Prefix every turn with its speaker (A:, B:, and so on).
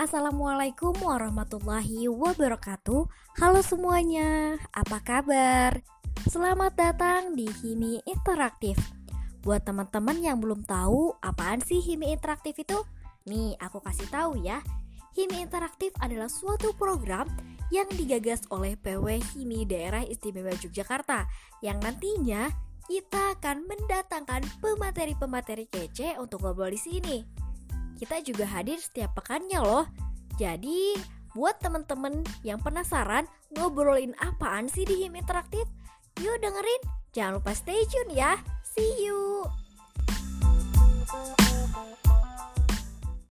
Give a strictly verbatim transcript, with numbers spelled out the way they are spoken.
A: Assalamualaikum warahmatullahi wabarakatuh. Halo semuanya, apa kabar? Selamat datang di Himi Interaktif. Buat teman-teman yang belum tahu apaan sih Himi Interaktif itu, nih aku kasih tahu ya. Himi Interaktif adalah suatu program yang digagas oleh P W Himi Daerah Istimewa Yogyakarta, yang nantinya kita akan mendatangkan pemateri-pemateri kece untuk ngobrol di sini. Kita juga hadir setiap pekannya loh. Jadi buat temen-temen yang penasaran ngobrolin apaan sih di Himi Interaktif, yuk dengerin. Jangan lupa stay tune ya. See you.